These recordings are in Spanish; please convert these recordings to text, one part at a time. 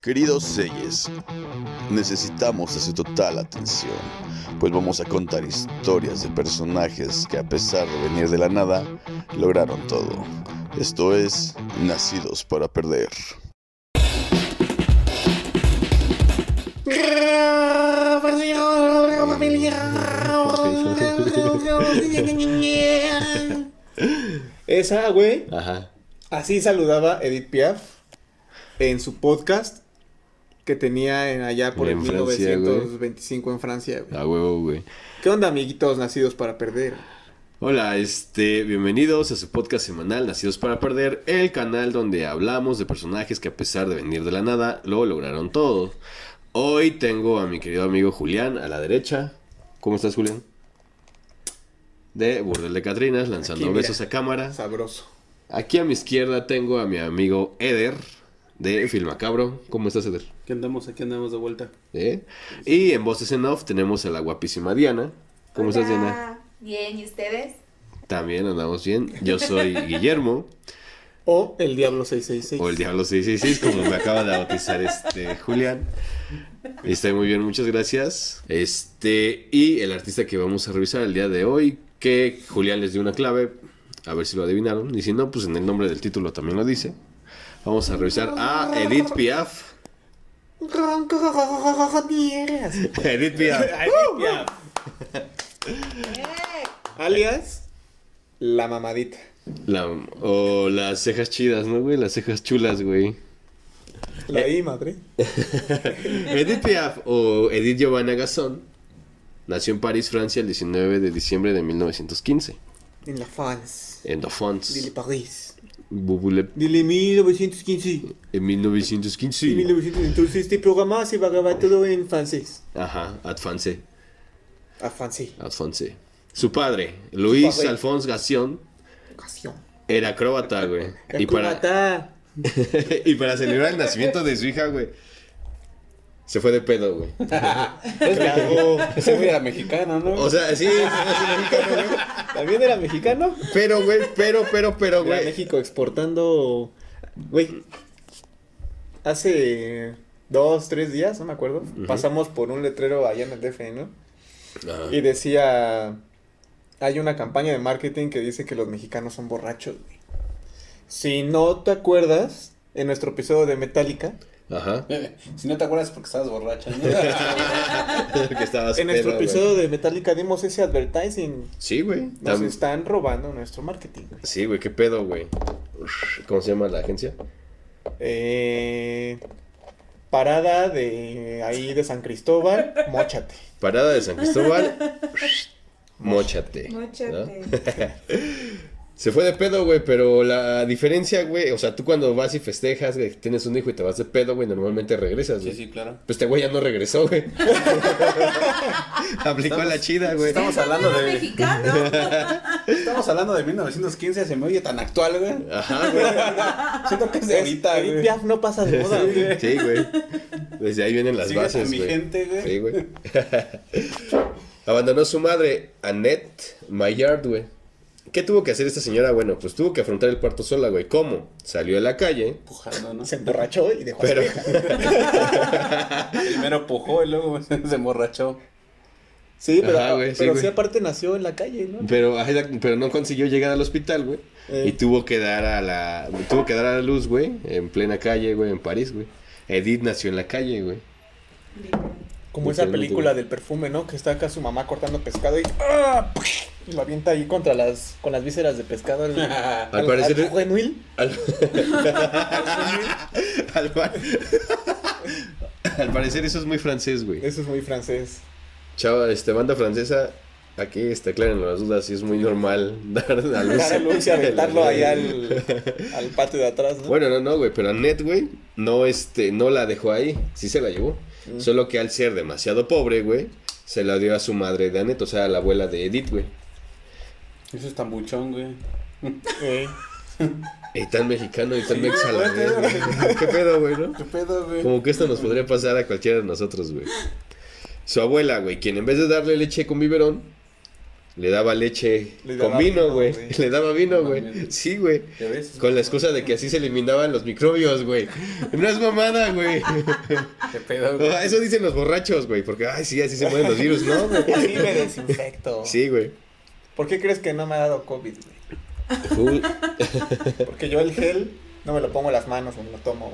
Queridos Seyes, necesitamos de su total atención, pues vamos a contar historias de personajes que a pesar de venir de la nada, lograron todo. Esto es Nacidos para Perder. Esa, güey. Ajá. Así saludaba Edith Piaf en su podcast que tenía allá por En el Francia, 1925 en Francia, güey. A huevo, güey. ¿Qué onda, amiguitos nacidos para perder? Hola, bienvenidos a su podcast semanal Nacidos para Perder, el canal donde hablamos de personajes que a pesar de venir de la nada, lo lograron todo. Hoy tengo a mi querido amigo Julián a la derecha. ¿Cómo estás, Julián? De Burdel de Catrinas, lanzando Aquí, mira, besos a cámara. sabroso. Aquí a mi izquierda tengo a mi amigo Eder de Filmacabro. ¿Cómo estás, Eder? Aquí andamos de vuelta. Y en voces en off tenemos a la guapísima Diana. ¿Cómo estás, Diana? Bien, ¿y ustedes? También andamos bien. Yo soy Guillermo. O el Diablo 666. O el Diablo 666, como me acaba de bautizar Julián. Estoy muy bien, muchas gracias. Y el artista que vamos a revisar el día de hoy, que Julián les dio una clave, a ver si lo adivinaron. Y si no, pues en el nombre del título también lo dice. Vamos a revisar a Edith Piaf. Edith Piaf. Alias la mamadita. O las cejas chidas, ¿no, güey? Las cejas chulas, güey. La I, madre. Edith Piaf, o Edith Giovanna Gasson, nació en París, Francia, el 19 de diciembre de 1915. En la France. En la France. Dile París. Bubule. Dile 1915. En 1915. En 1915. Entonces este programa se va a grabar todo en francés. Ajá, at francés. A francés. At francés. Su padre, Luis padre. Alphonse Gassion, Ocasión. era acróbata, güey. Acróbata. Y para celebrar el nacimiento de su hija, güey, se fue de pedo, güey. Ese güey era mexicano, ¿no? O sea, sí, mexicano, güey. ¿También era mexicano? Pero, güey, pero, Era güey. México exportando. Güey. Hace 2-3 días, no me acuerdo. Pasamos por un letrero allá en el DF, ¿no? Ajá. Y decía. Hay una campaña de marketing que dice que los mexicanos son borrachos, güey. Si no te acuerdas, en nuestro episodio de Metallica. Ajá. Si no te acuerdas porque estabas borracha, ¿no? Que estabas En nuestro pedo, güey. episodio de Metallica dimos ese advertising. Sí, güey. Nos están robando nuestro marketing, güey. Sí, güey, qué pedo, güey. ¿Cómo se llama la agencia? Parada de ahí de San Cristóbal, móchate. Parada de San Cristóbal. Móchate. ¿no? Móchate. Se fue de pedo, güey, pero la diferencia, güey, o sea, tú cuando vas y festejas, güey, tienes un hijo y te vas de pedo, güey, normalmente regresas, güey. Sí, claro. Pues este güey ya no regresó, güey. Aplicó la chida, güey. Estamos hablando de... mexicano. Estamos hablando de 1915, se me oye tan actual, güey. Ajá, güey. Siento que es de ahorita, Edith güey. Piaf no pasa de moda, güey. Sí, güey. Desde ahí vienen las Sigue bases, tan güey. vigente, güey. Sí, güey. Abandonó su madre, Annette Maillard, güey. ¿Qué tuvo que hacer esta señora? Bueno, pues tuvo que afrontar el parto sola, güey. ¿Cómo? Salió a la calle, Pujando, ¿no? Se emborrachó y dejó a pero... su hija. Primero pujó y luego se emborrachó. Sí, pero, Ajá, güey, sí, pero güey. sí, aparte nació en la calle, ¿no? Pero no consiguió llegar al hospital, güey. Y tuvo que dar a la luz, güey, en plena calle, güey, en París, güey. Edith nació en la calle, güey. Como esa literalmente, película güey. del perfume, ¿no? Que está acá su mamá cortando pescado y... ¡ah! Y lo avienta ahí con las vísceras de pescado. Al parecer... Al Juenuil. Al... Al parecer eso es muy francés, güey. Eso es muy francés. Chava, banda francesa, aquí aclaren las dudas, si es muy normal dar a luz. Dar a luz y aventarlo ahí al patio de atrás, ¿no? Bueno, no, güey, pero Annette, güey, no la dejó ahí, sí se la llevó. Solo que al ser demasiado pobre, güey, se la dio a su madre de Annette, o sea, a la abuela de Edith, güey. Eso es tan buchón, güey. Y tan mexicano y tan mexa a la vez, güey. ¿Qué pedo, güey, no? ¿Qué pedo, güey? Como que esto nos podría pasar a cualquiera de nosotros, güey. Su abuela, güey, quien en vez de darle leche con biberón, le daba leche Le con daba vino, vino, güey. güey. Le daba vino, No güey. mames. Sí, güey. ¿Ya ves? Con la excusa de que así se eliminaban los microbios, güey. No es mamada, güey. ¿Qué pedo, güey? Eso dicen los borrachos, güey. Porque, ay, sí, así se mueren los virus, ¿no, güey? Así me desinfecto. Sí, güey. ¿Por qué crees que no me ha dado COVID, güey? Porque yo el gel no me lo pongo en las manos, me lo tomo.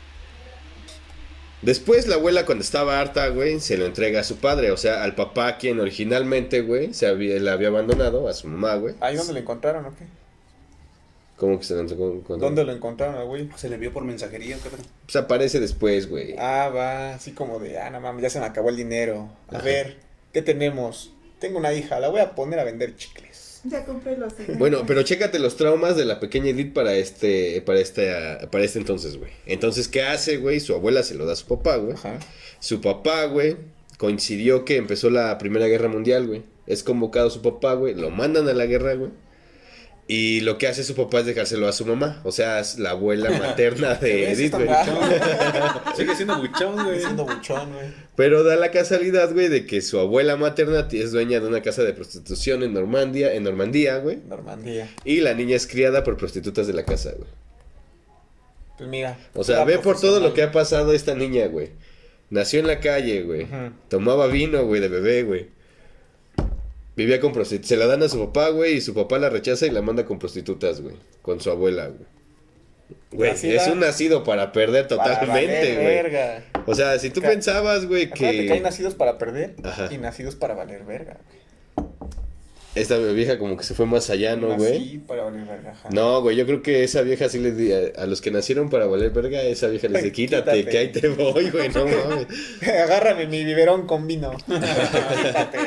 Después la abuela cuando estaba harta, güey, se lo entrega a su padre, o sea, al papá quien originalmente, güey, la había abandonado, a su mamá, güey. ¿Ahí dónde lo encontraron o qué? ¿Cómo que se lo entregó? ¿Dónde lo encontraron al güey? Se le vio por mensajería, ¿qué pedo? Pues aparece después, güey. Ah, va, así como de, no mames, ya se me acabó el dinero. A Ajá. ver, ¿qué tenemos? Tengo una hija, la voy a poner a vender chicles. Ya compré los Bueno, pero chécate los traumas de la pequeña Edith para este entonces, güey. Entonces, ¿qué hace, güey? Su abuela se lo da a su papá, güey. Ajá. Su papá, güey, coincidió que empezó la Primera Guerra Mundial, güey. Es convocado su papá, güey, lo mandan a la guerra, güey. Y lo que hace su papá es dejárselo a su mamá. O sea, es la abuela materna de ¿Ves? Edith, Está güey. bravo. Sigue siendo buchón, güey. Siendo buchón, güey. Pero da la casualidad, güey, de que su abuela materna es dueña de una casa de prostitución en Normandía, güey. Normandía. Y la niña es criada por prostitutas de la casa, güey. Pues mira. O sea, era ve por todo lo que profesional. ha pasado esta niña, güey. Nació en la calle, güey. Ujú. Tomaba vino, güey, de bebé, güey. Vivía con prostitutas. Se la dan a su papá, güey, y su papá la rechaza y la manda con prostitutas, güey. Con su abuela, güey. Güey, Nacida es un nacido para perder Para totalmente, valer güey. verga. O sea, si tú Ca- pensabas, güey, Acuérdate que hay que nacidos para perder Ajá. y nacidos para valer verga, güey. esta vieja como que se fue más allá, ¿no, Nací güey? para valer verga, ajá. No, güey, yo creo que esa vieja sí les di a los que nacieron para valer verga, esa vieja les dice, quítate, Quítate. que ahí te voy, güey, no mames. Agárrame mi biberón con vino. Quítate.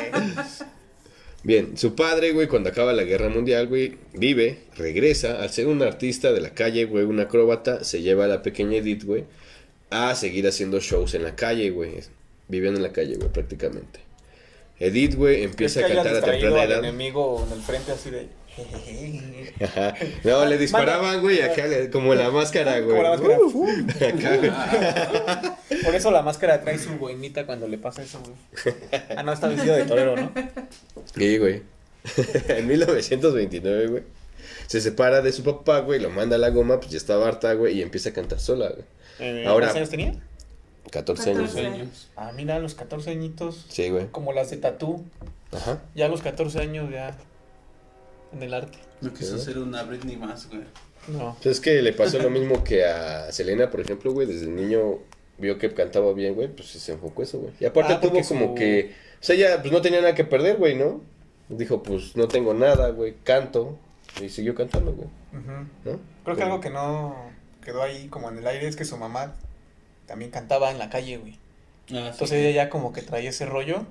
Bien, su padre, güey, cuando acaba la guerra mundial, güey, vive, regresa, al ser un artista de la calle, güey, un acróbata, se lleva a la pequeña Edith, güey, a seguir haciendo shows en la calle, güey, viviendo en la calle, güey, prácticamente. Edith, güey, empieza a ¿Crees que cantar a hayan distraído temprana al edad. enemigo en el frente así de... Ajá. No, le disparaban, güey, acá, como la máscara, güey. Como la máscara. Acá, güey. Por eso la máscara trae su boinita cuando le pasa eso, güey. Ah, no, está vestido de torero, ¿no? Sí, güey. En 1929, güey. Se separa de su papá, güey, lo manda a la goma, pues ya estaba harta, güey, y empieza a cantar sola, güey. Ahora- ¿Cuántos años tenía? 14 años. 14. Años. Ah, mira, a los 14 añitos. Sí, güey. Como las de Tatú. Ajá. Ya a los 14 años ya. En el arte. No quiso ser una Britney más, güey. No. Pues es que le pasó lo mismo que a Selena, por ejemplo, güey, desde niño vio que cantaba bien, güey, pues se enfocó eso, güey. Y aparte Ah, porque tuvo como su- que, o sea, ella pues no tenía nada que perder, güey, ¿no? Dijo, pues no tengo nada, güey, canto, y siguió cantando, güey, Ujú. ¿no? Creo que algo que no quedó ahí como en el aire es que su mamá también cantaba en la calle, güey. Entonces ella ya como que traía ese rollo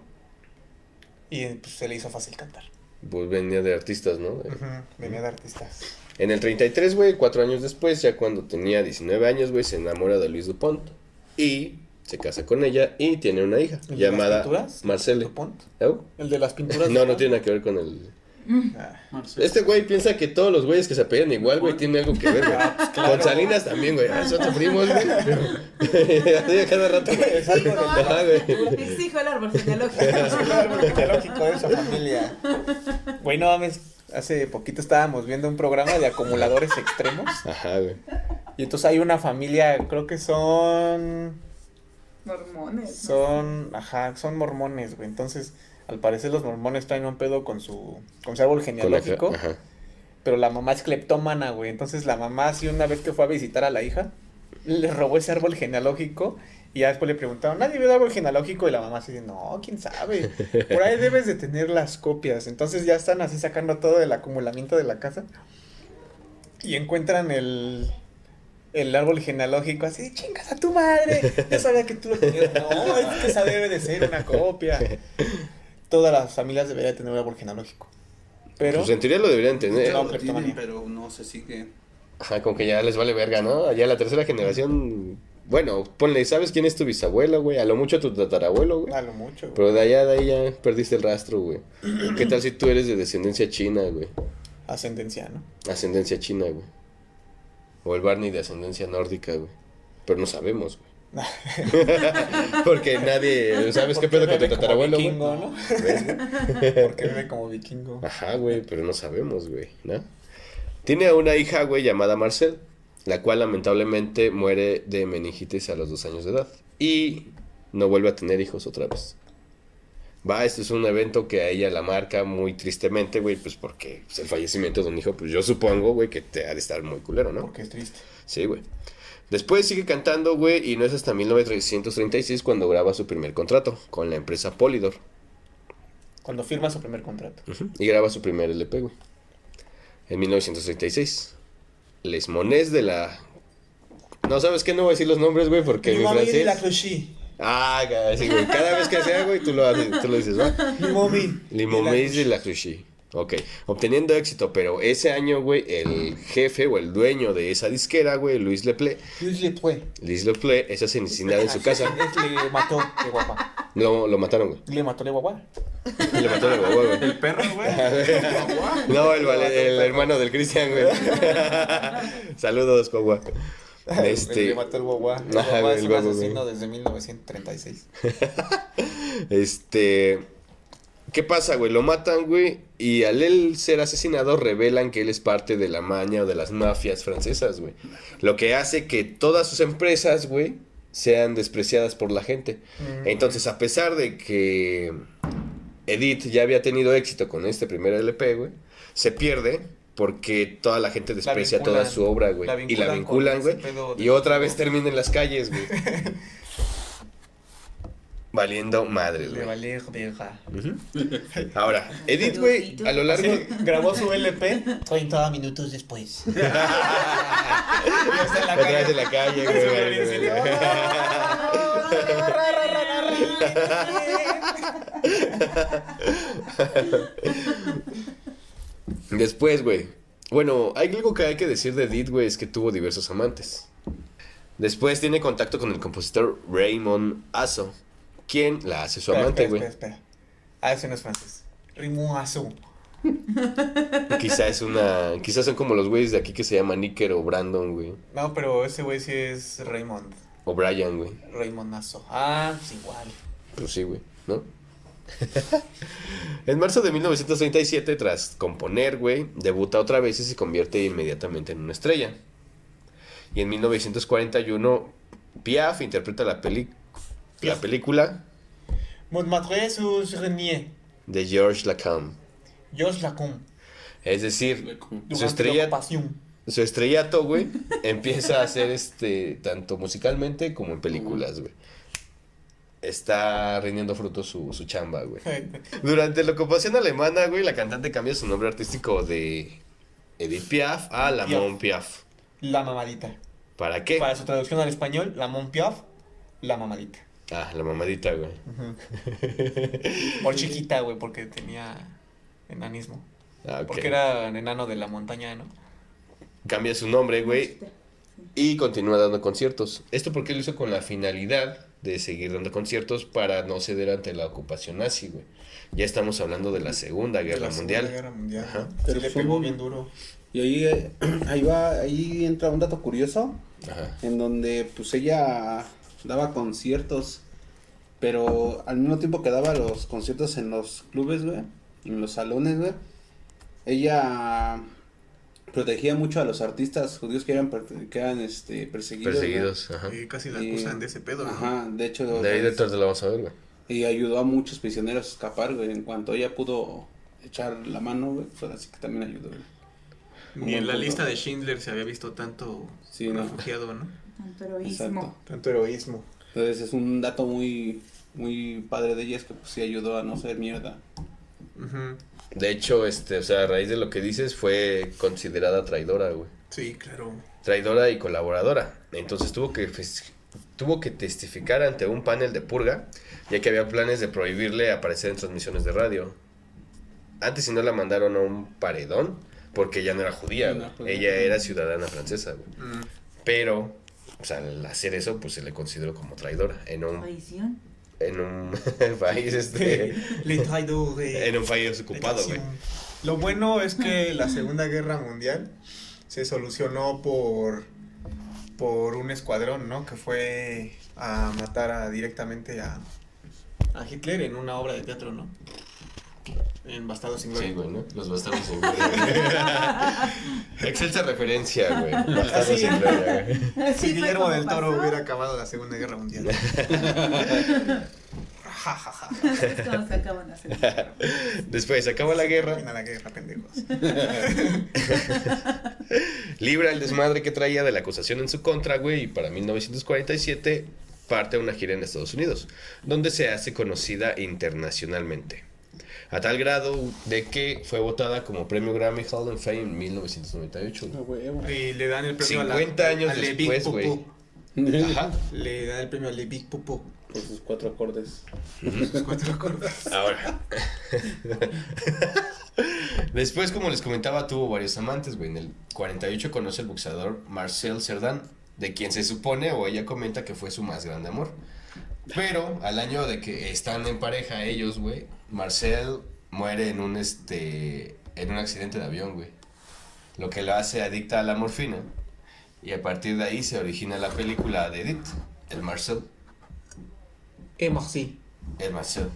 y pues se le hizo fácil cantar. Pues venía de artistas, ¿no? Ujú. Venía de artistas. En el 33, güey, 4 años después, ya cuando tenía 19 años, güey, se enamora de Luis Dupont y se casa con ella y tiene una hija ¿El de las llamada pinturas? Marcele. ¿Dupont? ¿Oh? El de las pinturas. No, no Dupont. tiene nada que ver con el... Ah. Marcelo. Este güey piensa que todos los güeyes que se apellan igual, güey, tienen algo que ver, güey. claro. Con Salinas también, güey. Ah, son primos, güey. Así a cada rato. Es algo de- Ajá, güey. Exijo el árbol genealógico. Es un árbol genealógico de esa familia. Güey, no mames. Hace poquito estábamos viendo un programa de acumuladores extremos. Ajá, güey. Y entonces hay una familia, creo que son. Mormones. Son. Ajá, son mormones, güey. Entonces, al parecer los mormones traen un pedo con su árbol Con genealógico. Ajá. Pero la mamá es cleptómana, güey. Entonces la mamá, sí, una vez que fue a visitar a la hija, le robó ese árbol genealógico. Y ya después le preguntaron, ¿nadie ve el árbol genealógico? Y la mamá así dice, no, quién sabe. Por ahí debes de tener las copias. Entonces ya están así sacando todo el acumulamiento de la casa. Y encuentran el árbol genealógico así, chingas a tu madre. Yo sabía que tú lo tenías. No, es que esa debe de ser una copia. Todas las familias deberían tener un árbol genealógico. Pero. Pues en teoría lo deberían tener. No, Lo tienen, cleptomanía. pero no se sigue. Ajá, como que ya les vale verga, ¿no? Ya la tercera generación. Bueno, ponle, ¿sabes quién es tu bisabuelo, güey? A lo mucho tu tatarabuelo, güey. A lo mucho, güey. Pero de ahí ya perdiste el rastro, güey. ¿Qué tal si tú eres de descendencia china, güey? Ascendencia, ¿no? Ascendencia china, güey. O el Barney de ascendencia nórdica, güey. Pero no sabemos, güey. Porque nadie... ¿Sabes qué pedo con tu Bebe como tatarabuelo, güey? vikingo, ¿no? ¿Ves, güey? Porque bebe como vikingo. Ajá, güey, pero no sabemos, güey, ¿no? Tiene una hija, güey, llamada Marcel, la cual lamentablemente muere de meningitis a los 2 años de edad. Y no vuelve a tener hijos otra vez. Este es un evento que a ella la marca muy tristemente, güey, pues porque pues, el fallecimiento de un hijo, pues yo supongo, güey, que te ha de estar muy culero, ¿no? Porque es triste. Sí, güey. Después sigue cantando, güey, y no es hasta 1936 cuando graba su primer contrato con la empresa Polydor. Cuando firma su primer contrato. Y graba su primer LP, güey. En 1936. Les Monets de la... No, ¿sabes qué? No voy a decir los nombres, güey, porque mi francés... la clochí. Ah, sí, güey. Cada vez que sea, güey, tú lo dices, ¿va? Limomi. Limomés de la Cruchy. Ok, obteniendo éxito, pero ese año, güey, el jefe o el dueño de esa disquera, güey, Luis Leplé, es asesinado en su casa. Le mató de guapa. Lo mataron, güey. Le mató de guapa. Le mataron a güey. El perro, güey. No, el hermano del Cristian, güey. Saludos, Cogua. Le mató el guagua. El Ajá, guagua el es un guagua, asesino güey. desde 1936. ¿Qué pasa, güey? Lo matan, güey, y al él ser asesinado revelan que él es parte de la maña o de las mafias francesas, güey. Lo que hace que todas sus empresas, güey, sean despreciadas por la gente. Entonces, a pesar de que Edith ya había tenido éxito con este primer LP, güey, se pierde porque toda la gente desprecia toda su obra, güey. Y la vinculan, güey. Y otra vez termina en las calles, güey. Valiendo madres, Le güey. valió verga. Ahora, Edith, güey, a lo largo... Grabó su LP 30 minutos después. Ya está en la Otra vez calle. en la calle, Con su güey. violincito. Después, güey. Bueno, hay algo que hay que decir de Edith, güey, es que tuvo diversos amantes. Después tiene contacto con el compositor Raymond Asso, quien la hace su amante, güey. Espera. Ah, ese no es francés. Raymond Asso. Quizás son como los güeyes de aquí que se llaman Nicker o Brandon, güey. No, pero ese güey sí es Raymond. O Brian, güey. Raymond Asso. Ah, pues igual. Pues sí, güey, ¿no? En marzo de 1937, tras componer, güey, debuta otra vez y se convierte inmediatamente en una estrella. Y en 1941, Piaf interpreta la película Montmartre sur Renier. de Georges Lacombe. Georges Lacombe. Es decir, Durante la ocupación. su estrellato, güey, empieza a ser tanto musicalmente como en películas, güey. Está rindiendo frutos su chamba, güey. Durante la ocupación alemana, güey, la cantante cambia su nombre artístico de Edith Piaf a Lamont Piaf. La mamadita. ¿Para qué? Para su traducción al español, la Mon Piaf, la mamadita. Ah, la mamadita, güey. Por chiquita, güey, porque tenía enanismo. Ah, ok. Porque era enano de la montaña, ¿no? Cambia su nombre, güey, y continúa dando conciertos. Esto porque lo hizo con la finalidad de seguir dando conciertos para no ceder ante la ocupación nazi, güey. Ya estamos hablando de la Segunda Guerra Mundial. Segunda Guerra Mundial. Ajá. Sí, Pero le fue pegó muy- bien duro. Y ahí entra un dato curioso, Ajá. en donde pues ella daba conciertos, pero al mismo tiempo que daba los conciertos en los clubes, güey, en los salones, güey, ella protegía mucho a los artistas judíos que eran perseguidos. Perseguidos, ajá. Y casi la Y- acusan de ese pedo, ¿no? Ajá, de hecho. De ahí detrás lo vamos a ver, güey. Y ayudó a muchos prisioneros a escapar, güey. En cuanto ella pudo echar la mano, güey, pues así que también ayudó, güey. Ni en la lista de Schindler se había visto tanto Sí, no. refugiado, ¿no? Tanto heroísmo. Exacto. Tanto heroísmo. Entonces es un dato muy, muy padre de ella, es que pues sí ayudó a no ser mierda. Ujú. De hecho, o sea, a raíz de lo que dices, fue considerada traidora, güey. Sí, claro. Traidora y colaboradora. Entonces tuvo que testificar ante un panel de purga, ya que había planes de prohibirle aparecer en transmisiones de radio. Antes si no la mandaron a un paredón, porque ella no era judía, Sí, güey. no, pues, Ella no. era ciudadana francesa, güey. Mm. Pero, o sea, al hacer eso, pues se le consideró como traidora en un Traición. país, Le traidores. en un país ocupado, güey. Lo bueno es que la Segunda Guerra Mundial se solucionó por por un escuadrón, ¿no? Que fue a matar directamente a Hitler en una obra de teatro, ¿no? En Bastardos sin Gloria. Sí, güey, ¿no? Los bastardos sin gloria. Excelsa referencia, güey. Bastardos sin gloria, güey. Si Guillermo fue del como Toro pasó. hubiera acabado la Segunda Guerra Mundial. Ja, ja, ja. Es como se acaban de hacer. Después acaba la guerra. Termina la guerra, pendejos. Libra el desmadre que traía de la acusación en su contra, güey, y para 1947 parte a una gira en Estados Unidos, donde se hace conocida internacionalmente. A tal grado de que fue votada como premio Grammy Hall of Fame en 1998. Ah, güey. huevo. Y le dan el premio 50 años a Le Big después, güey. Pupú. Ajá. Le dan el premio a Le Big Pupú. Por sus 4 acordes. Los 4 acordes. Ahora. Después, como les comentaba, tuvo varios amantes, güey. En el 48 conoce al boxeador Marcel Cerdan, de quien se supone o ella comenta que fue su más grande amor. Pero al año de que están en pareja ellos, güey, Marcel muere en un accidente de avión, güey. Lo que lo hace adicta a la morfina. Y a partir de ahí se origina la película de Edith, el Marcel. Sí. El Marcel.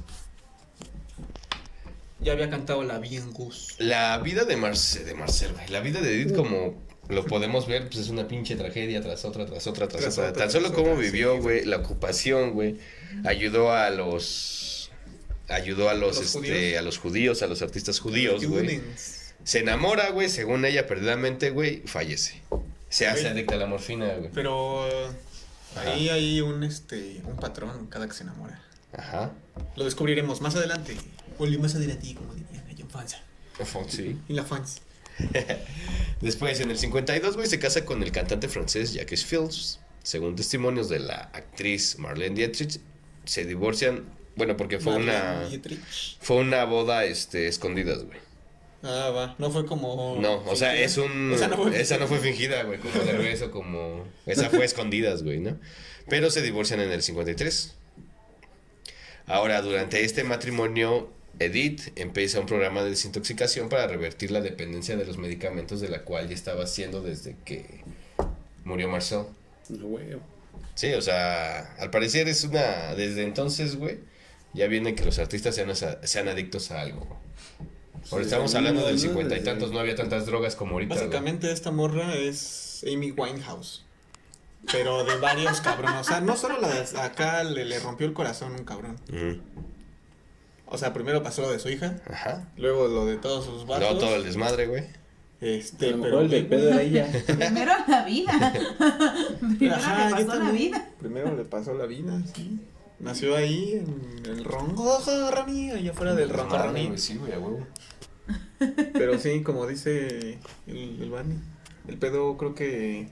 Ya había cantado la Bien Gus. La vida de Marcel, güey. La vida de Edith, como lo podemos ver, pues es una pinche tragedia tras otra. Tras Tan otra, solo tras cómo otra, vivió, sí, güey, la ocupación, güey. Ayudó a los judíos, a los artistas judíos, güey. Judens. Se enamora, güey, según ella perdidamente, güey, fallece. Se hace Güey. adicta a la morfina, güey. Pero Ajá. ahí hay un patrón cada que se enamora. Ajá. Lo descubriremos más adelante. O más adelante, como dirían allá en Francia. Sí. En la Francia. Después, en el 52, güey, se casa con el cantante francés Jacques Fields. Según testimonios de la actriz Marlene Dietrich, se divorcian, bueno, porque fue una boda, escondidas, güey. Ah, va. No fue como. No, o sea, fingida. esa no fue fingida, güey, como de beso, como... Esa fue escondidas, güey, ¿no? Pero se divorcian en el 53. Ahora, durante este matrimonio, Edith empieza un programa de desintoxicación para revertir la dependencia de los medicamentos de la cual ya estaba haciendo desde que murió Marcel. Ah, huevo. Sí, o sea, al parecer es una... Desde entonces, güey, ya viene que los artistas sean adictos a algo, güey. Ahora estamos hablando del 50 y tantos, no había tantas drogas como ahorita, güey. Básicamente, esta morra es Amy Winehouse. Pero de varios cabrones. O sea, no solo acá le rompió el corazón un cabrón. Ujú. O sea, primero pasó lo de su hija. Ajá. Luego lo de todos sus vatos. Luego todo el desmadre, güey. A lo Pero mejor el de pedo era ella. Primero la vida. Primero Ajá, le yo pasó la también. vida. Primero le pasó la vida, sí. Nació ahí en el Roncoroni, allá afuera del Desmadre, Roncoroni. güey, sí, güey, a huevo. Pero sí, como dice el Bani, el pedo creo que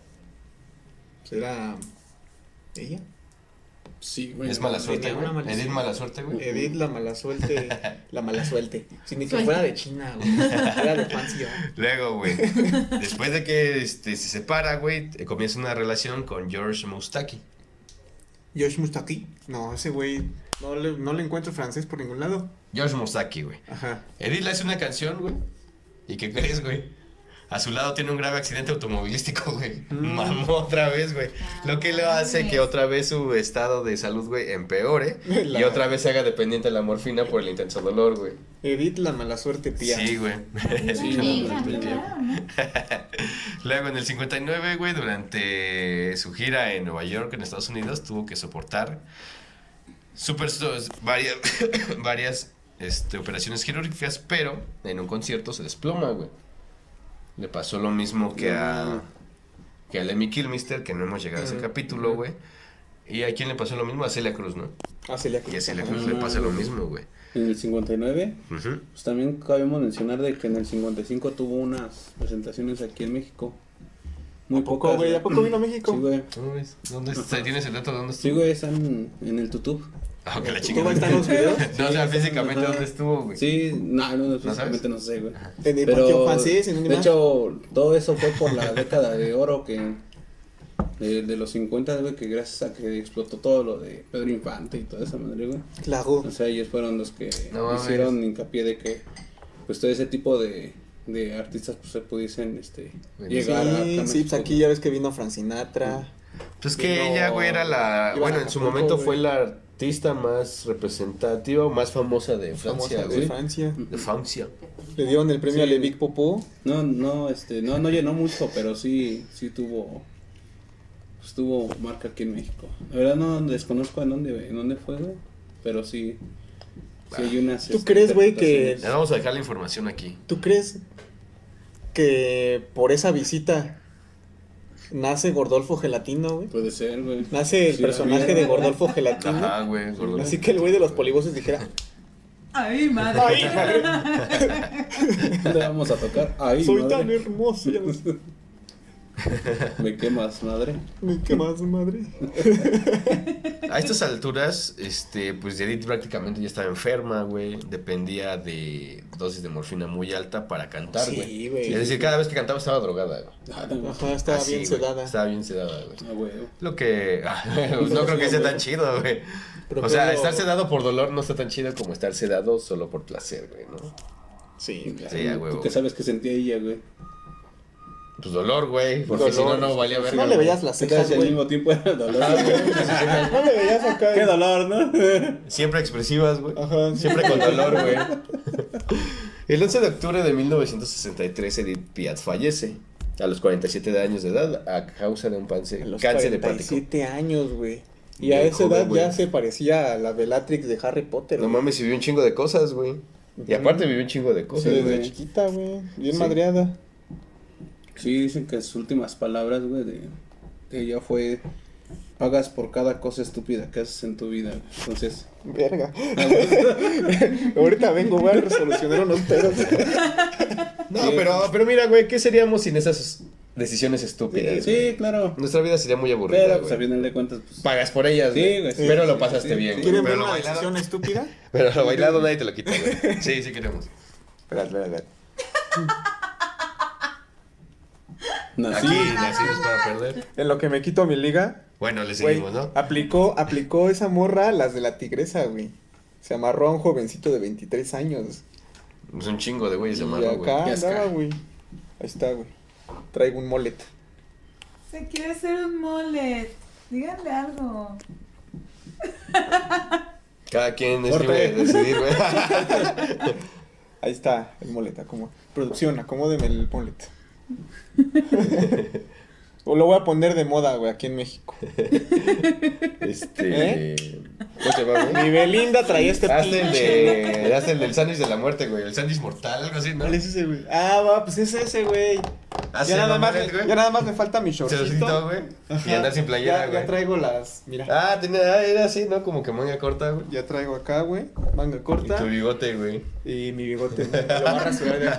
será ella. Sí, güey. Es mala suerte, tenía una güey. maldición. Edith mala suerte, güey. Edith la mala suerte. La mala suerte. Si ni que Suerte. fuera de China, güey. Era de Francia. Luego, güey, después de que se separa, güey, comienza una relación con George Moustaki. Josh Mustaki. No, ese güey no le encuentro francés por ningún lado. George Moustaki, güey. Ajá. Edith le hace una canción, güey. ¿Y qué crees, güey? A su lado tiene un grave accidente automovilístico, güey. Mamó otra vez, güey. Lo que le hace que otra vez su estado de salud, güey, empeore. Y otra vez se haga dependiente de la morfina por el intenso dolor, güey. Edith la mala suerte, tía. Sí, güey. Sí, Sí, claro, ¿no? Luego en el 59, güey, durante su gira en Nueva York, en Estados Unidos, tuvo que soportar varias operaciones quirúrgicas, pero en un concierto se desploma, güey. Le pasó lo mismo que a Lemmy Kilmister, que no hemos llegado a ese capítulo, güey. ¿Y a quién le pasó lo mismo? A Celia Cruz, ¿no? Ah, Celia Y a Cruz. Celia Cruz le pasa lo mismo, güey. En el 59, Ujú. pues también cabemos mencionar de que en el 55 tuvo unas presentaciones aquí en México. Muy pocas. ¿A poco vino a México? Sí, güey. ¿Cómo ves? ¿Dónde está? ¿Tienes el dato de dónde estuvo? Sí, güey, están en el YouTube. Ah, que la ¿Cómo chingada. están los videos? No, o sea, Sí, físicamente, ajá. ¿dónde estuvo, güey? Sí, no, sabes? físicamente no sé, güey. En el patio Pero, francés, en un de imán. hecho, todo eso fue por la década de oro de los 50, güey, que gracias a que explotó todo lo de Pedro Infante y toda esa madre, güey. Claro. O sea, ellos fueron los que No mames. hicieron hincapié de que, pues, todo ese tipo de de artistas pues se pudiesen Bueno, llegar a Sí, sí, pues aquí ya ves que vino Frank Sinatra. Pues que No, ella, güey, era la... iban Bueno, a en su Acapulco, momento güey. fue la artista más representativa o más famosa de Francia, Famosa de güey. Francia. De Francia. Le dieron el premio Sí. a Le Big Popó. No llenó mucho, pero sí tuvo marca aquí en México. La verdad no desconozco en dónde fue, güey, pero sí hay unas. ¿Tú crees, güey, que- Les interpretaciones. vamos a dejar la información aquí. ¿Tú crees que por esa visita nace Gordolfo Gelatino, güey? Puede ser, güey. Nace el Sí, personaje había- de Gordolfo Gelatino. Ajá, güey, gordo. Así que el güey de los polivoces dijera, Ay, madre. ¡ay, madre! ¿Dónde vamos a tocar? Ahí, Soy madre. tan hermoso. Ya no sé. Me quemas, madre. ¿Qué más, madre? A estas alturas, pues Edith prácticamente ya estaba enferma, güey. Dependía de dosis de morfina muy alta para cantar, güey. Sí, güey. Es decir, cada vez que cantaba estaba drogada, güey. Ah, no, Ajá, estaba Así, bien güey. sedada. Estaba bien sedada, güey. ah, güey. Lo que... no creo que sea tan chido, güey. Pero O sea, creo- estar sedado por dolor no está tan chido como estar sedado solo por placer, güey, ¿no? Sí, Sí, a ¿Tú huevo. qué sabes que sentía ella, güey? Pues dolor, güey. Porque Dolor. si no, no valía verga. No le güey. veías las cejas, Casi al güey. mismo tiempo era dolor. No le veías acá. Qué dolor, ¿no? Siempre expresivas, güey. Ajá. Siempre con dolor, güey. El 11 de octubre de 1963, Edith Piaf fallece a los 47 años de edad a causa de un A los cáncer hepático. 47 años, güey. Y Bien a esa joven, edad güey. ya se parecía a la Bellatrix de Harry Potter. No güey. mames, y vivió un chingo de cosas, güey. Y aparte vivió un chingo de Sí, cosas, desde güey. chiquita, güey. Bien Sí. madreada. Sí, dicen que sus últimas palabras, güey, de ella fue: pagas por cada cosa estúpida que haces en tu vida. Entonces, Verga. Ahorita vengo, voy a resolucionar unos pedos. No, pero mira, güey, ¿qué seríamos sin esas decisiones estúpidas? güey? sí, claro. Nuestra vida sería muy aburrida, Pero pues a güey. final de cuentas, pues. Pagas por ellas, Sí, güey. güey, sí, Pero lo sí, pasaste sí, bien, sí. güey. ¿Quieren ver Pero lo una bailado, decisión estúpida? pero lo bailado nadie te lo quita, güey. Sí, sí queremos. Espera. Nací. Aquí nacimos para perder. En lo que me quito mi liga, Bueno, le güey, seguimos, ¿no? aplicó esa morra las de la tigresa, güey. Se amarró a un jovencito de 23 años. Es un chingo de güeyes de Y mano, güey. acá Ya está. andaba, güey. Ahí está, güey. Traigo un molet. Se quiere hacer un molet. Díganle algo. Cada quien es Corte. libre de decidir, güey. Ahí está el molet. Producción, acomódeme el molet. O lo voy a poner de moda, güey, aquí en México. ¿Cómo se llama, güey? Mi Belinda traía este Hazte el del sándwich de la muerte, güey. El sándwich mortal, algo así, ¿no? ¿Cuál es ese, güey? Ah, va, pues es ese, güey. Hazte Ya el nada más, omelet, güey. ya nada más me falta mi Chorcito, shortcito. güey. Ajá. Y andar sin playera, Ya güey. traigo las, mira. Era así, ¿no? Como que manga corta, güey. Ya traigo acá, güey, manga Y corta. tu bigote, güey. Y mi bigote, güey, me lo voy a rasurar de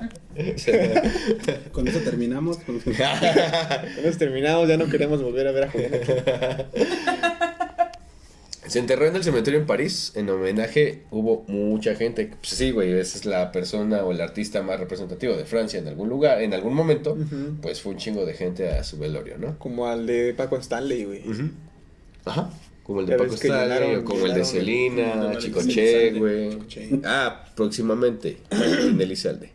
aquí. Con eso terminamos. Con eso terminamos, ya no queremos volver a ver a Julián aquí. Se enterró en el cementerio en París. En homenaje hubo mucha gente. Pues sí, güey, esa es la persona o el artista más representativo de Francia en algún lugar, en algún momento. Ujú. Pues fue un chingo de gente a su velorio, ¿no? Como al de Paco Stanley, güey. Ajá. Como el de Ya Paco ves que Stanley, llenaron- o como el de llenaron Selena, el- Chicoche, el- güey. Chicoche. Ah, próximamente, en Elizalde.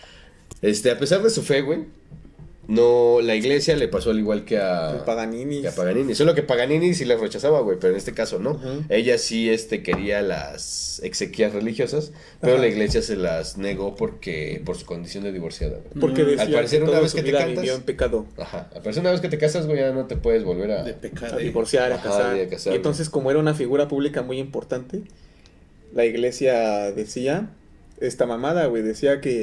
A pesar de su fe, güey, no, la iglesia le pasó al igual que El Paganini. que a Paganini. Solo que Paganini sí las rechazaba, güey, pero en este caso no. Ujú. Ella sí quería las exequias religiosas, pero Ajá. la iglesia se las negó por su condición de divorciada, güey. Porque decía Al parecer, que una toda vez su que te vida cantas- vivió en pecado. Ajá. Al parecer, una vez que te casas, güey, ya no te puedes volver a... De pecado. A divorciar, a Ajá, casar. y a casar, Y entonces, como era una figura pública muy importante, la iglesia decía, esta mamada, güey, decía que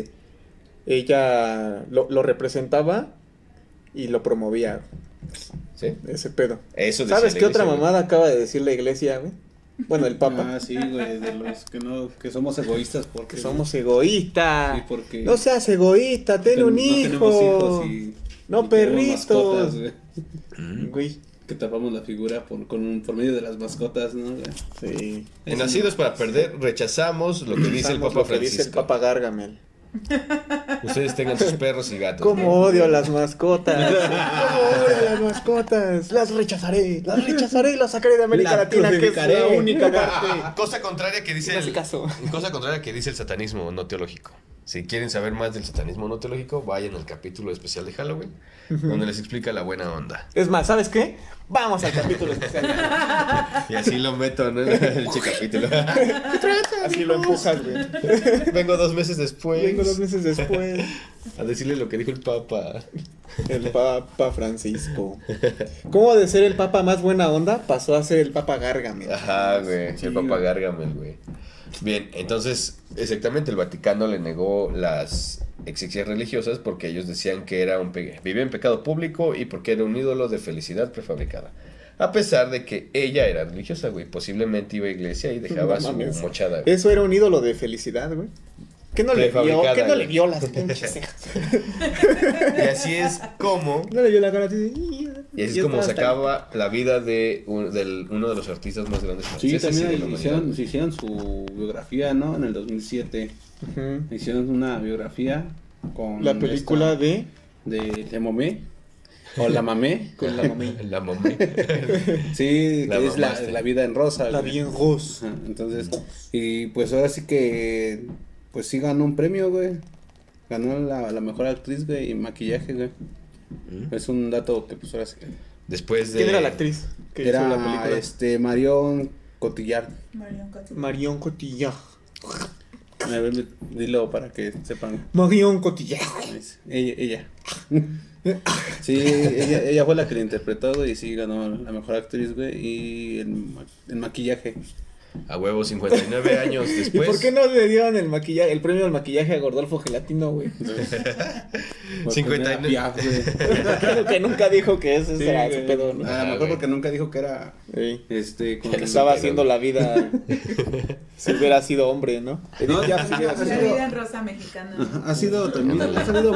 ella lo representaba y lo promovía, ¿Sí? ese pedo. Eso decía ¿Sabes la qué otra iglesia, güey. mamada acaba de decir la iglesia, güey? Bueno, el Papa. Ah, sí, güey, de los que somos egoístas porque Que somos egoístas. Sí, porque No seas egoísta, ten un no tenemos hijo. hijos y No y tenemos perritos. mascotas, güey. Güey, Que tapamos la figura por medio de las mascotas, ¿no, güey? sí. En Nacidos para Perder rechazamos lo que dice el Usamos Papa lo que dice el Francisco. Papa Gargamel. Ustedes tengan sus perros y gatos. ¿Cómo ¿no? odio a las mascotas? ¿Cómo odio a las mascotas? Las rechazaré y las sacaré de América La Latina, que es crucificaré. la única parte. Cosa contraria que dice No hace caso. cosa contraria que dice el satanismo no teológico. Si quieren saber más del satanismo no teológico, vayan al capítulo especial de Halloween, donde les explica la buena onda. Es más, ¿sabes qué? Vamos al capítulo especial. Y así lo meto, ¿no? En el capítulo. Así lo empujas, güey. Vengo 2 meses después. Vengo 2 meses después. A decirle lo que dijo el Papa. El Papa Francisco. ¿Cómo de ser el Papa más buena onda pasó a ser el Papa Gargamel? Ajá, güey. Sí, El Papa güey. Gargamel, güey. Bien, entonces, exactamente, el Vaticano le negó las exequias religiosas porque ellos decían que era vivía en pecado público y porque era un ídolo de felicidad prefabricada. A pesar de que ella era religiosa, güey. Posiblemente iba a iglesia y dejaba No su mames. mochada, güey. Eso era un ídolo de felicidad, güey. ¿Qué no le vio? Prefabricada, ¿Qué no le güey. vio las pinches cejas? Y así es como... No le vio la cara así. Y así es como se acaba la vida de uno de los artistas más grandes Sí, franceses y de la también humanidad. hicieron su biografía, ¿no? En el 2007. Hicieron una biografía con La película de Momé. O La Mamé. Con la mamá. La momé. Sí, La que es mamaste. la vida en rosa. La güey. bien Rose. Ajá, entonces, y pues ahora sí que, pues sí ganó un premio, güey. Ganó la mejor actriz, güey, y maquillaje, güey. Es un dato que pues ahora sí que... Después de... ¿Quién era la actriz que hizo la Era, película? Marion Cotillard. Marion Cotillard. Marion Cotillard. A ver, dilo para que sepan. Marion Cotillard. Ella. Sí, ella fue la que la interpretó, güey, y sí ganó la mejor actriz, güey, y el maquillaje. A huevo, 59 años ¿Y después. por qué no le dieron el premio al maquillaje a Gordolfo Gelatino, güey? Porque 59. era Piaf, güey. Creo que nunca dijo que ese Sí, era su güey. pedo, ¿no? A lo mejor güey. porque nunca dijo que era Sí. con Que estaba haciendo la vida si hubiera sido hombre, ¿no? No, Edith Piaf sí hubiera La sido- vida en rosa mexicana. Ha sido también, Ándale. ha salido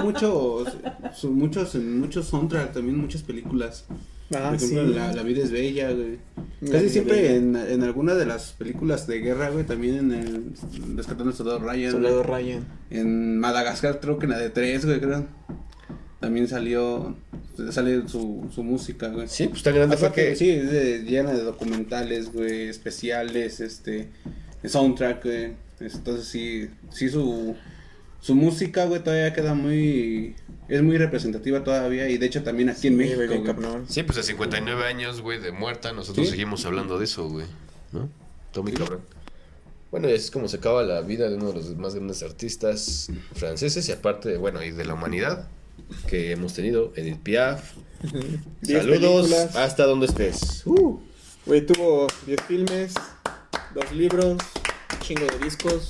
muchos soundtrack, también muchas películas. Ah, Por ejemplo, sí. la vida es bella, güey. La Casi vida siempre bella. en alguna de las películas de guerra, güey, también en el Rescatando al Soldado Ryan. Soldado güey. Ryan. En Madagascar, creo que en la de 3, güey, creo. También sale su música, güey. Sí, pues tan grande fue Aparte, que... sí, es llena de documentales, güey, especiales, de soundtrack, güey. Entonces sí su música, güey, todavía queda es muy representativa todavía, y de hecho también aquí en México, Güey, güey. cabrón. Sí, pues a 59 años, güey, de muerta, nosotros Sí. seguimos hablando de eso, güey. ¿No? Todo muy cabrón. Bueno, y así es como se acaba la vida de uno de los más grandes artistas franceses, y aparte, bueno, y de la humanidad que hemos tenido, Edith Piaf. 10 Saludos películas. hasta donde estés. Güey, tuvo 10 filmes, 2 libros, un chingo de discos.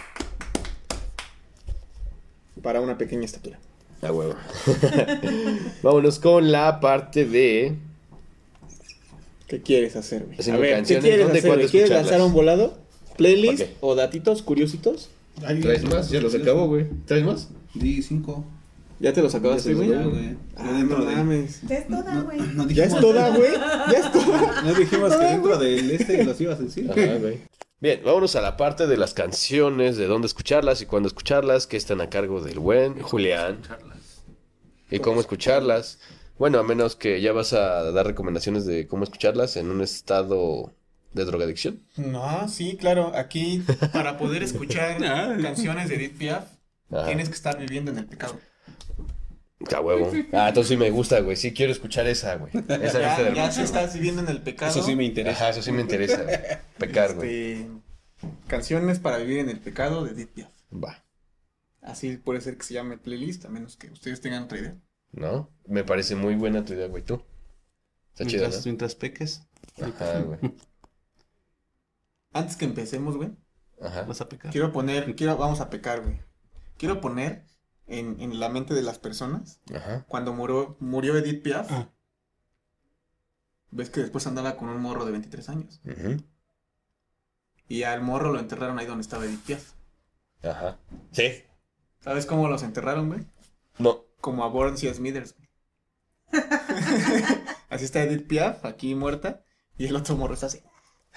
Para una pequeña estatura. A huevo. Vámonos con la parte de... ¿Qué quieres hacer, güey? Haciendo A ver, ¿qué canciones, quieres ¿dónde, hacer, cuándo güey? ¿Quieres escucharlas? lanzar un volado? ¿Playlist Ok. o datitos curiositos? ¿Traes más? Ya los acabo, güey. ¿Traes más? Di 5. ¿Ya te los acabaste, güey? Ya, güey. Ah, Dentro no de- mames. Ya es toda, güey. No ¿Ya es dijimos- toda, güey? ¿Ya es toda? No dijimos que dentro del los ibas a decir. Ajá, güey. Bien, vámonos a la parte de las canciones, de dónde escucharlas y cuándo escucharlas, que están a cargo del buen Julián. Y cómo escucharlas. Bueno, a menos que ya vas a dar recomendaciones de cómo escucharlas en un estado de drogadicción. No, sí, claro. Aquí, para poder escuchar canciones de Edith Piaf, Ajá. tienes que estar viviendo en el pecado. A huevo. Ah, entonces sí me gusta, güey. Sí quiero escuchar esa, güey. Esa lista Ya, del ya mundo, si estás viviendo en el pecado. Eso sí me interesa. Ajá, eso sí me interesa, güey. Pecar, güey. Canciones para vivir en el pecado de Edith Piaf. Va. Así puede ser que se llame playlist, a menos que ustedes tengan otra idea. ¿No? Me parece muy buena tu idea, güey. ¿Tú? Está chida, ¿no? Mientras peques, Ajá, güey. Antes que empecemos, güey, Ajá. vas a pecar. vamos a pecar, güey. Quiero poner en la mente de las personas, Ajá. cuando murió Edith Piaf, Ah. ves que después andaba con un morro de 23 años. Ujú. Y al morro lo enterraron ahí donde estaba Edith Piaf. Ajá. Sí. ¿Sabes cómo los enterraron, güey? No. Como a Burns y a Smithers, güey. Así está Edith Piaf, aquí muerta, y el otro morro está así.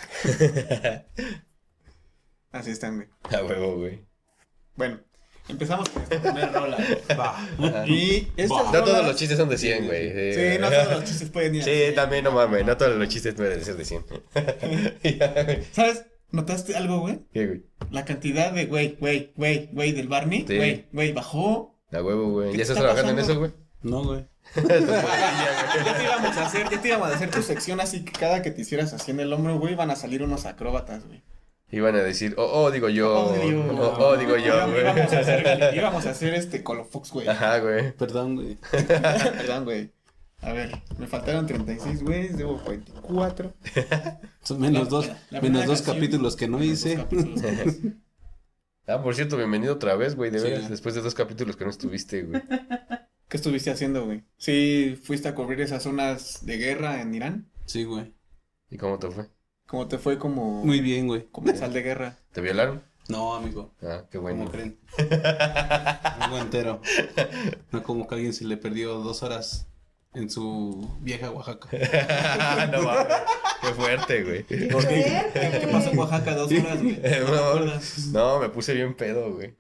Así están, güey. A huevo, güey. Bueno, empezamos con esta primera rola. Va. Ajá. Y esta No rola- todos los chistes son de 100, güey. Sí, no todos los chistes pueden ir. Sí, también no mames. No todos los chistes pueden ser de 100. Ya, güey. ¿Sabes? ¿Notaste algo, güey? ¿Qué, güey? La cantidad de güey del Barney, Sí. güey, bajó. A huevo, güey. ¿Qué ¿Ya te estás está trabajando en pasando? eso, güey? No, güey. Ya te íbamos a hacer tu sección así que cada que te hicieras así en el hombro, güey, van a salir unos acróbatas, güey. Iban a decir, digo yo. Digo yo, güey. Íbamos a hacer Colofox, güey. Ajá, güey. Perdón, güey. Perdón, güey. A ver, me faltaron 36, güey, debo 24. Son menos dos primera canción, capítulos que no menos hice. dos capítulos que no hice. Por cierto, bienvenido otra vez, güey, de Sí. veras, después de 2 capítulos que no estuviste, güey. ¿Qué estuviste haciendo, güey? Sí, fuiste a cubrir esas zonas de guerra en Irán. Sí, güey. ¿Y cómo te fue? ¿Cómo te fue como Muy bien, güey. comensal de guerra? ¿Te violaron? No, amigo. Ah, qué bueno. ¿Cómo creen? Muy entero. No como que a alguien se le perdió 2 horas en su vieja Oaxaca. No mames, qué fuerte, güey. ¿Qué pasó en Oaxaca 2 horas, güey? ¿No te acuerdas? No, me puse bien pedo, güey.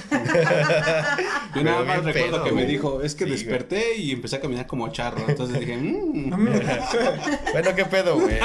Yo nada más bien recuerdo pedo, que me güey. dicho, es que Sí, desperté y empecé a caminar como charro. Entonces dije, Bueno, qué pedo, güey.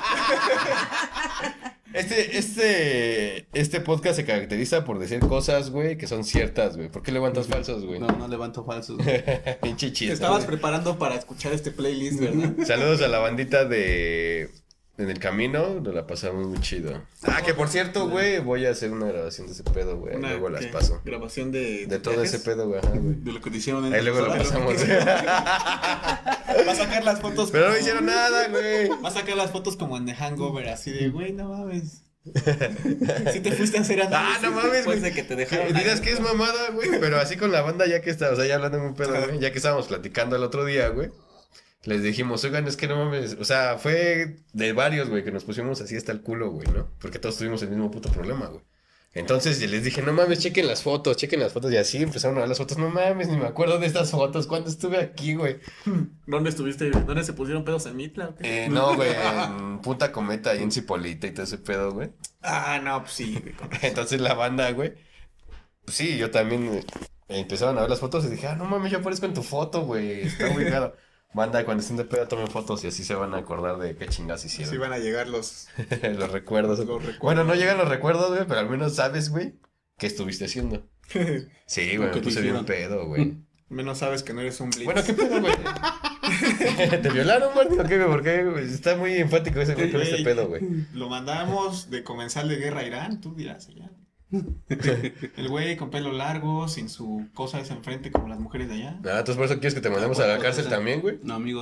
Este podcast se caracteriza por decir cosas, güey, que son ciertas, güey. ¿Por qué levantas falsos, güey? no levanto falsos, güey. Pinche Te chiste. estabas preparando para escuchar este playlist, ¿verdad? Saludos a la bandita de En el Camino, nos la pasamos muy chido. Ah, que por cierto, güey, voy a hacer una grabación de ese pedo, güey. Una, Luego las ¿qué? paso. Grabación de De todo viajes. ese pedo, güey. Ajá, güey. De lo que te hicieron en Ahí luego lo Pero- pasamos. Va a sacar las fotos. Pero no como- hicieron nada, güey. Va a sacar las fotos como en The Hangover, así de, güey, no mames. Si te fuiste a hacer análisis No mames, después güey. de que te dejaron. Dirás que es mamada, güey. Pero así con la banda, ya que está, o sea, ya hablando muy pedo, güey. Ya que estábamos platicando el otro día, güey. Les dijimos, oigan, es que no mames. O sea, fue de varios, güey, que nos pusimos así hasta el culo, güey, ¿no? Porque todos tuvimos el mismo puto problema, güey. Entonces les dije, no mames, chequen las fotos. Y así empezaron a ver las fotos. No mames, ni me acuerdo de estas fotos. ¿Cuándo estuve aquí, güey? ¿Dónde estuviste? ¿Dónde se pusieron pedos en Mitla? ¿O qué? No, güey, en Punta Cometa y en Cipolita y todo ese pedo, güey. Ah, no, pues sí, güey. con razón. Entonces la banda, güey. Pues sí, yo también empezaron a ver las fotos y dije, no mames, yo aparezco en tu foto, güey. Está muy claro. Banda, cuando estén de pedo, tomen fotos y así se van a acordar de qué chingas hicieron. Sí van a llegar los... Los recuerdos. Los recuerdos. Bueno, no llegan los recuerdos, güey, pero al menos sabes, güey, qué estuviste haciendo. Sí, güey, Lo que me te puse bien hicieron. pedo, güey. Menos sabes que no eres un blitz. Bueno, ¿qué pedo, güey? ¿Te violaron, Martín? ¿O qué, güey? ¿Por qué, güey? Está muy enfático ese güey con este pedo, güey. Lo mandamos de comensal de guerra a Irán, tú dirás allá. El güey con pelo largo, sin su cosa esa enfrente como las mujeres de allá. Ah, entonces por eso quieres que te mandemos a la cárcel también, güey. No, amigos.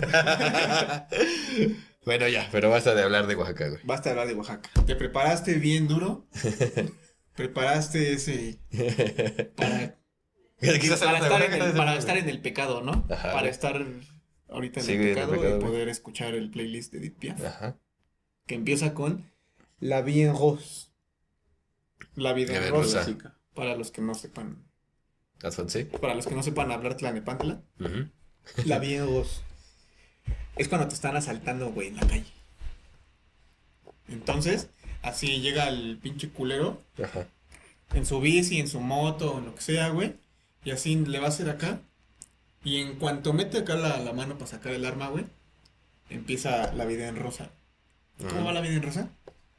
Bueno, ya, pero basta de hablar de Oaxaca, güey. Basta de hablar de Oaxaca. ¿Te preparaste bien duro? ¿Preparaste ese para, para estar en el pecado, ¿no? Ajá, Para güey. estar ahorita en Sí, el güey, en el pecado pecado, y güey. poder escuchar el playlist de Edith Piaf, Ajá. que empieza con La Vie en Rose. La Vie La Vie en en Rose, Rosa. para los que no sepan, ¿Alfonsí? para los que no sepan hablar tlanepantla, Ujú. La Vie en Rose. Es cuando te están asaltando, güey, en la calle. Entonces, así llega el pinche culero Ajá. en su bici, en su moto, en lo que sea, güey. Y así le va a hacer acá. Y en cuanto mete acá la mano para sacar el arma, güey, empieza La Vida en Rosa. ¿Cómo Ujú. va La Vida en Rosa?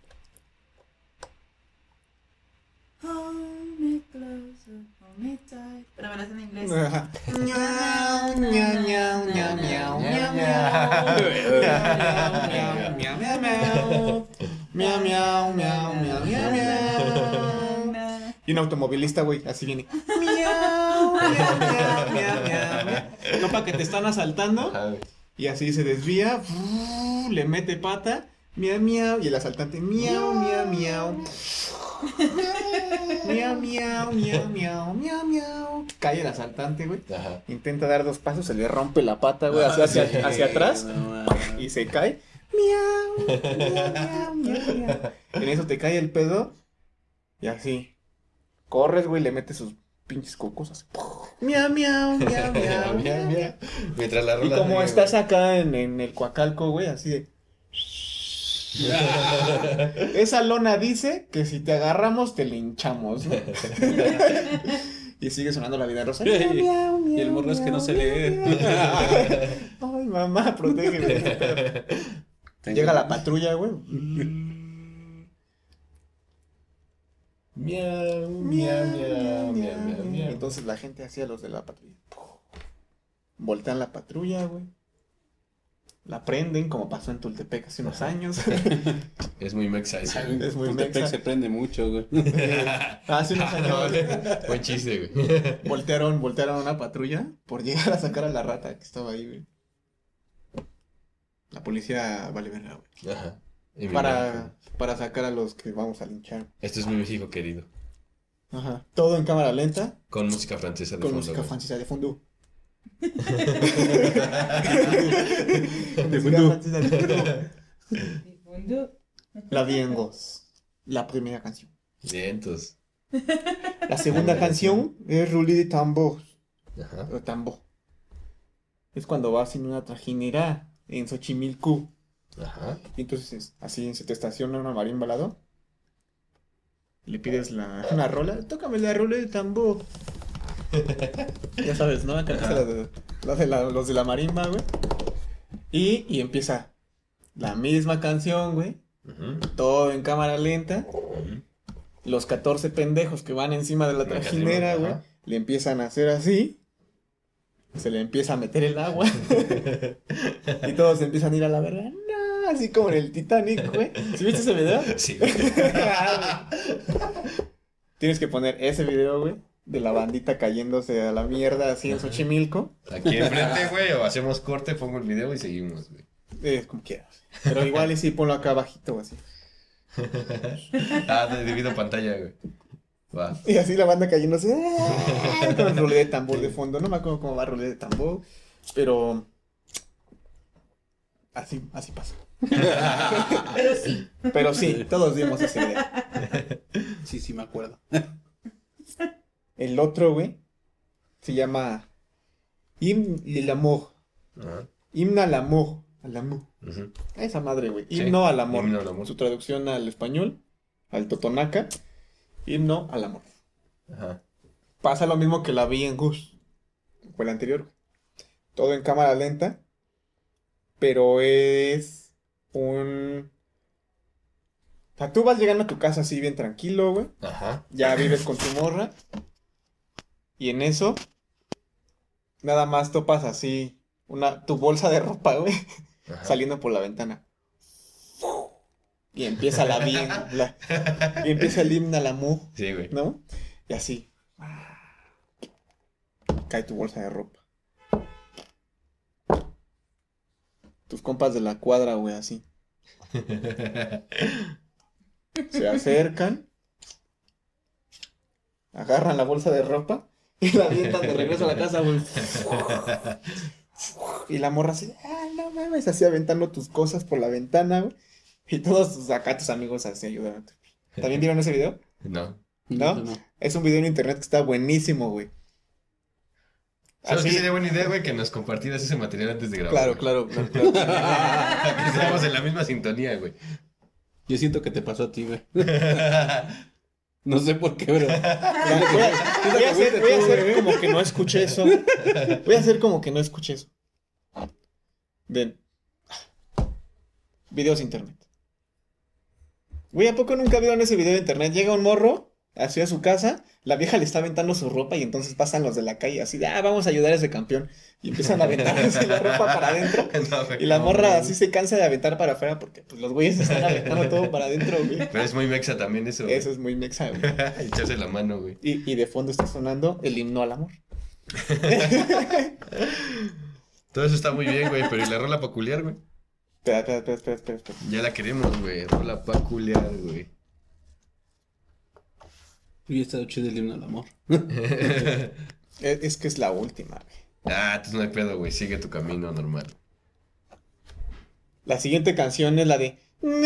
Hold me closer, hold me tight. Pero me lo hace en inglés. Ajá. Miau, miau, miau, miau, miau, miau, miau. Miau, miau, miau, miau. Miau, miau, miau, miau, miau, miau. Y un automovilista, güey, así viene. Miau, miau, miau, miau, miau. No, para que te están asaltando. Ajá, güey. Y así se desvía, le mete pata, miau, miau, y el asaltante, miau, miau, miau. Miau, miau, miau, miau, miau, miau. Cae el asaltante, güey. Ajá. Intenta dar 2 pasos, se le rompe la pata, güey, hacia atrás. Y se cae. Miau, miau, miau, miau, miau. En eso te cae el pedo. Y así. Corres, güey, le metes sus pinches cocos así. Miau, miau, miau, miau, miau, miau. Mientras la Y rola como sigue, estás acá en el Coacalco, güey, así de. Esa lona dice que si te agarramos te linchamos, ¿no? Y sigue sonando La Vida en Rosa. Y el morro es que no se lee. Ay, mamá, protégeme. Llega la patrulla, güey. Miau, miau, miau, miau, miau, miau. Entonces la gente hacía los de la patrulla. Voltean la patrulla, güey. La prenden, como pasó en Tultepec hace unos años. Es muy mexa eso. Es muy Tultepec mexa. se prende mucho, güey. Hace unos años Buen chiste, güey. voltearon una patrulla por llegar a sacar a la rata que estaba ahí, güey. La policía vale verga, güey. Ajá. Y mi México. Para sacar a los que vamos a linchar. Esto es mi México querido. Ajá. Todo en cámara lenta, Con música francesa de con fondo. música güey. francesa de fondo. De Música fondo. francesa de fondo. Difunto. La Viengos. La primera canción. Vientos. La segunda canción es Roulis de tambor. Ajá. O tambor. Es cuando vas en una trajinera en Xochimilco. Ajá. Y entonces, así se te estaciona una marimba al lado. Le pides una rola. Tócame la rola de tambor. Ya sabes, ¿no? Acá los de la marimba, güey. Y empieza la misma canción, güey. Ujú. Todo en cámara lenta. Ujú. Los 14 pendejos que van encima de la Venga, trajinera, Simón, güey, ajá. le empiezan a hacer así. Se le empieza a meter el agua. Y todos empiezan a ir a la verga. No, así como en el Titanic, güey. ¿Sí viste ese video? Sí, güey. Tienes que poner ese video, güey, de la bandita cayéndose a la mierda así en Xochimilco. Aquí enfrente, güey, o hacemos corte, pongo el video y seguimos, güey. Como quieras. Pero igual y sí, ponlo acá abajito, así. Te divido pantalla, güey. Va. Y así la banda cayéndose. Con rolé de tambor de fondo. No me acuerdo cómo va rolé de tambor. Pero así pasa. Pero sí. Pero sí, todos vimos ese video. Sí, me acuerdo. El otro, güey, se llama Himne al Amor. Ajá. Himne al Amor. Al amor. Ujú. Esa madre, güey. Sí, Himno al amor. himno al amor. Su traducción al español, al totonaca. Himno al amor. Ajá. Pasa lo mismo que la vi en Gus. Fue la anterior, güey. Todo en cámara lenta. Pero es un... O sea, tú vas llegando a tu casa así bien tranquilo, güey. Ajá. Ya vives con tu morra. Y en eso, nada más topas así tu bolsa de ropa, güey, Ajá. saliendo por la ventana. Y empieza y empieza el himno al amor, Sí, güey. ¿no? Y así. Cae tu bolsa de ropa. Tus compas de la cuadra, güey, así. Se acercan. Agarran la bolsa de ropa y la avientan de regreso a la casa, güey. Y la morra así, no mames, así aventando tus cosas por la ventana, güey. Y todos tus amigos así ayudando. ¿También vieron ese video? No. ¿No? Es un video en internet que está buenísimo, güey. ¿Sabes Así- qué sería buena idea, güey? Que nos compartieras ese material antes de grabar. Claro, güey. claro. Que estemos en la misma sintonía, güey. Yo siento que te pasó a ti, güey. No sé por qué, pero... Voy a hacer como que no escuché eso. Voy a hacer como que no escuché eso. Ven. Videos de internet. Güey, ¿a poco nunca vieron ese video de internet? Llega un morro hacia su casa, la vieja le está aventando su ropa y entonces pasan los de la calle así de, vamos a ayudar a ese campeón. Y empiezan a aventar así la ropa para adentro. No, güey. Y la morra así se cansa de aventar para afuera porque pues los güeyes están aventando todo para adentro, güey. Pero es muy mexa también eso, güey. Eso es muy mexa, güey. Echarse la mano, güey. Y de fondo está sonando el himno al amor. Todo eso está muy bien, güey. Pero ¿y la rola peculiar, güey? Espera. Ya la queremos, güey. Rola peculiar, güey. Hubiera estado chido el himno al amor. Es que es la última, güey. Entonces no hay pedo, güey. Sigue tu camino normal. La siguiente canción es la de...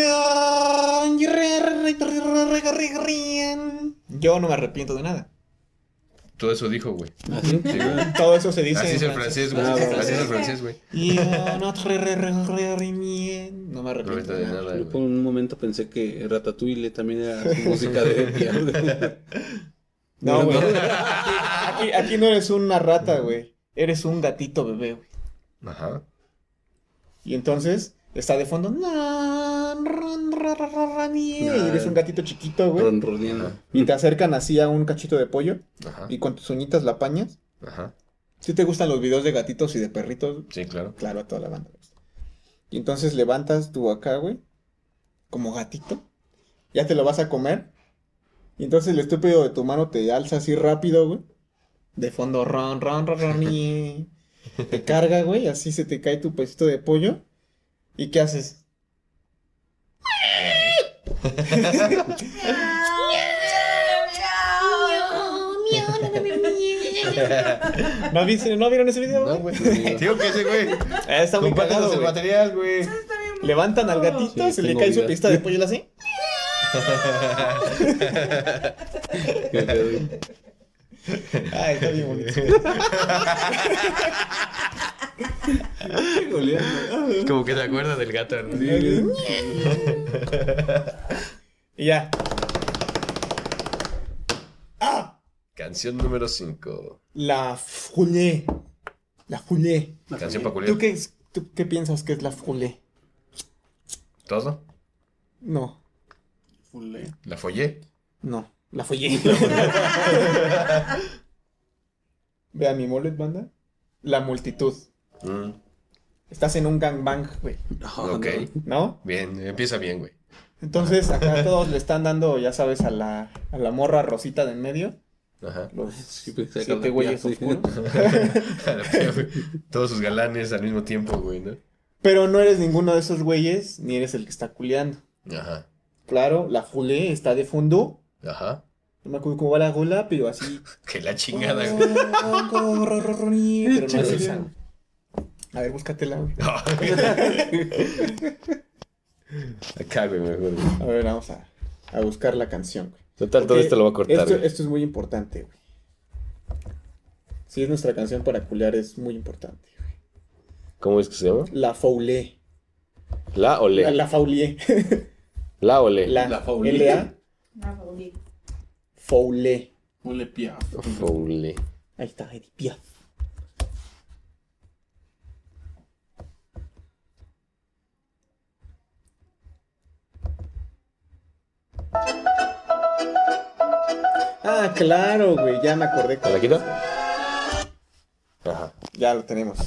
Yo no me arrepiento de nada. Todo eso dijo, güey. ¿Así? Sí, güey. Todo eso se dice Así es en el francés, güey. Ah, Así es el francés, güey. Yo no no me arrepiento de nada. Yo güey. por un momento pensé que Ratatouille también era su música de piano. No, güey. Aquí no eres una rata, güey. Eres un gatito bebé, güey. Ajá. Y entonces está de fondo... y eres un gatito chiquito, güey. Ronroneando. Y te acercan así a un cachito de pollo Ajá. y con tus uñitas la apañas. Ajá. ¿Sí te gustan los videos de gatitos y de perritos? Sí, claro. Claro, a toda la banda. Y entonces levantas tu acá, güey, como gatito. Ya te lo vas a comer. Y entonces el estúpido de tu mano te alza así rápido, güey. De fondo, y te carga, güey, así se te cae tu pesito de pollo. ¿Y qué haces? ¿No vieron ese video, No, güey? güey. Digo que ese, güey. Está muy Compártanos cagado, el güey. material, güey. Levantan al gatito, Sí, se le tengo cae su videos. pista de pollo y le hace. Qué pedo. Ay, está bien bonito. Como que te acuerdas del gato, ¿no? Y ya. Canción número 5. La foulée. La foulée. Canción peculiar. ¿Tú qué piensas que es la foulée? ¿Todo? No, Fulé. ¿La follé? no. La follé. Vean mi mullet, banda. La multitud. Estás en un gangbang, güey. Ok. ¿No? Bien, empieza bien, güey. Entonces, acá todos le están dando, ya sabes, a la morra rosita de en medio. Ajá. Los Sí, pues, saca 7 la güeyes pía, sí. oscuros. Todos sus galanes al mismo tiempo, güey, ¿no? Pero no eres ninguno de esos güeyes, ni eres el que está culeando. Ajá. Claro, la foulée está de fondo. Ajá. No me acuerdo cómo va la gola, pero así. Que la chingada, güey. Pero no es esa. A ver, búscatela, güey. Acá, güey, mejor. A ver, vamos a buscar la canción, güey. Total, todo Porque esto lo va a cortar, güey. Esto es muy importante, güey. Si es nuestra canción para culiar, es muy importante. ¿Cómo es que se llama? La foulée. ¿La o le? La foulée. ¿La o le? La foulée. L-A. Una favorita. Foulée. Fulé pía. Foule. Ahí está, Edith Piaf. Ah, claro, güey, ya me acordé. ¿Te la quito? Ajá. Ya lo tenemos.